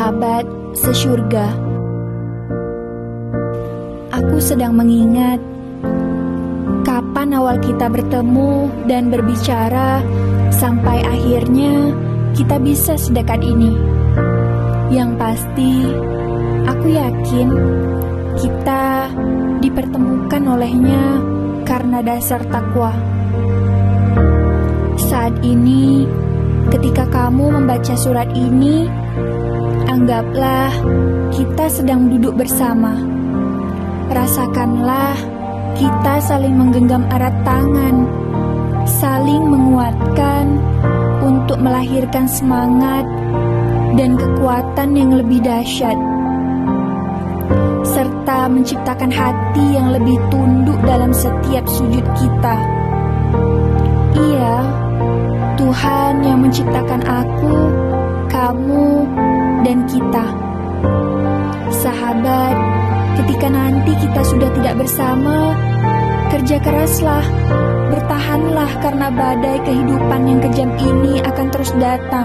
Sahabat sesyurga, aku sedang mengingat kapan awal kita bertemu dan berbicara sampai akhirnya kita bisa sedekat ini. Yang pasti, aku yakin kita dipertemukan olehnya karena dasar takwa. Saat ini, ketika kamu membaca surat ini, anggaplah kita sedang duduk bersama. Rasakanlah kita saling menggenggam erat tangan, saling menguatkan untuk melahirkan semangat dan kekuatan yang lebih dahsyat, serta menciptakan hati yang lebih tunduk dalam setiap sujud kita. Iya, Tuhan yang menciptakan aku, kamu, dan kita. Sahabat, ketika nanti kita sudah tidak bersama, kerja keraslah, bertahanlah karena badai kehidupan yang kejam ini akan terus datang.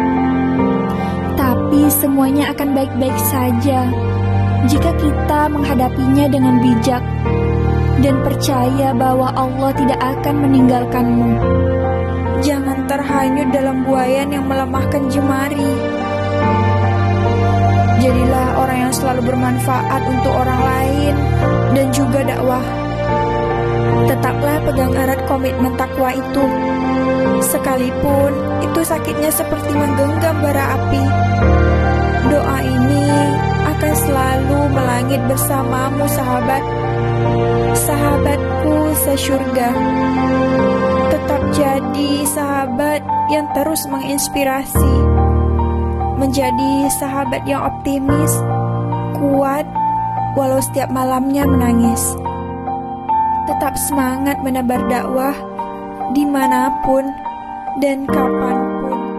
Tapi semuanya akan baik-baik saja jika kita menghadapinya dengan bijak dan percaya bahwa Allah tidak akan meninggalkanmu. Jangan terhanyut dalam buayan yang melemahkan jemari. Jadilah orang yang selalu bermanfaat untuk orang lain dan juga dakwah. Tetaplah pegang erat komitmen takwa itu, sekalipun itu sakitnya seperti menggenggam bara api. Doa ini akan selalu melangit bersamamu, sahabat. Sahabatku sesyurga. Tetap jadi sahabat yang terus menginspirasi, menjadi sahabat yang optimis, kuat, walau setiap malamnya menangis. Tetap semangat menebar dakwah dimanapun dan kapanpun.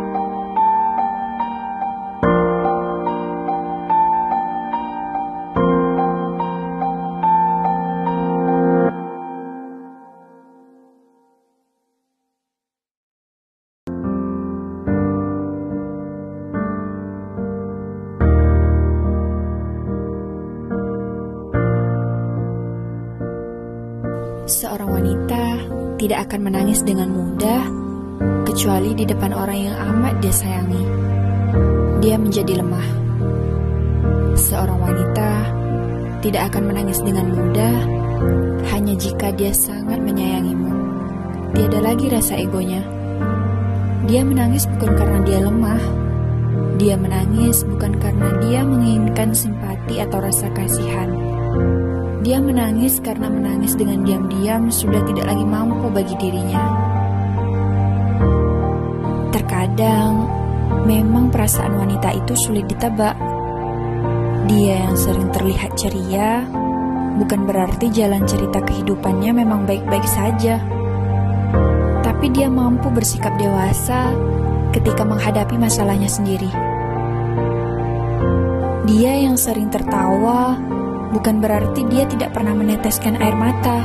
Seorang wanita tidak akan menangis dengan mudah kecuali di depan orang yang amat dia sayangi. Dia menjadi lemah. Seorang wanita tidak akan menangis dengan mudah hanya jika dia sangat menyayangimu. Tiada lagi rasa egonya. Dia menangis bukan karena dia lemah. Dia menangis bukan karena dia menginginkan simpati atau rasa kasihan. Dia menangis karena menangis dengan diam-diam sudah tidak lagi mampu bagi dirinya. Terkadang, memang perasaan wanita itu sulit ditebak. Dia yang sering terlihat ceria, bukan berarti jalan cerita kehidupannya memang baik-baik saja. Tapi dia mampu bersikap dewasa ketika menghadapi masalahnya sendiri. Dia yang sering tertawa, bukan berarti dia tidak pernah meneteskan air mata.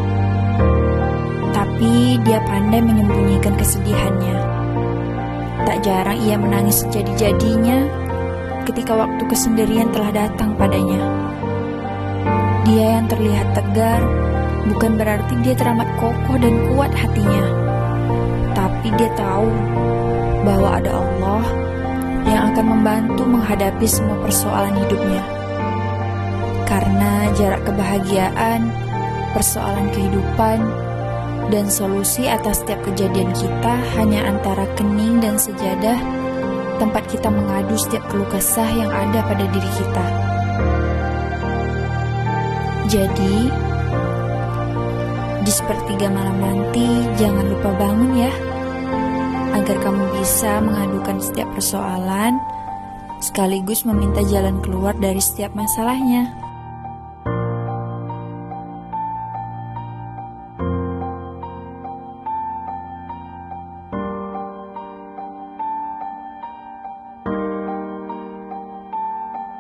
Tapi dia pandai menyembunyikan kesedihannya. Tak jarang ia menangis sejadi-jadinya ketika waktu kesendirian telah datang padanya. Dia yang terlihat tegar, bukan berarti dia teramat kokoh dan kuat hatinya. Tapi dia tahu bahwa ada Allah yang akan membantu menghadapi semua persoalan hidupnya. Karena jarak kebahagiaan, persoalan kehidupan, dan solusi atas setiap kejadian kita hanya antara kening dan sejadah, tempat kita mengadu setiap keluh kesah yang ada pada diri kita. Jadi, di sepertiga malam nanti jangan lupa bangun ya, agar kamu bisa mengadukan setiap persoalan, sekaligus meminta jalan keluar dari setiap masalahnya.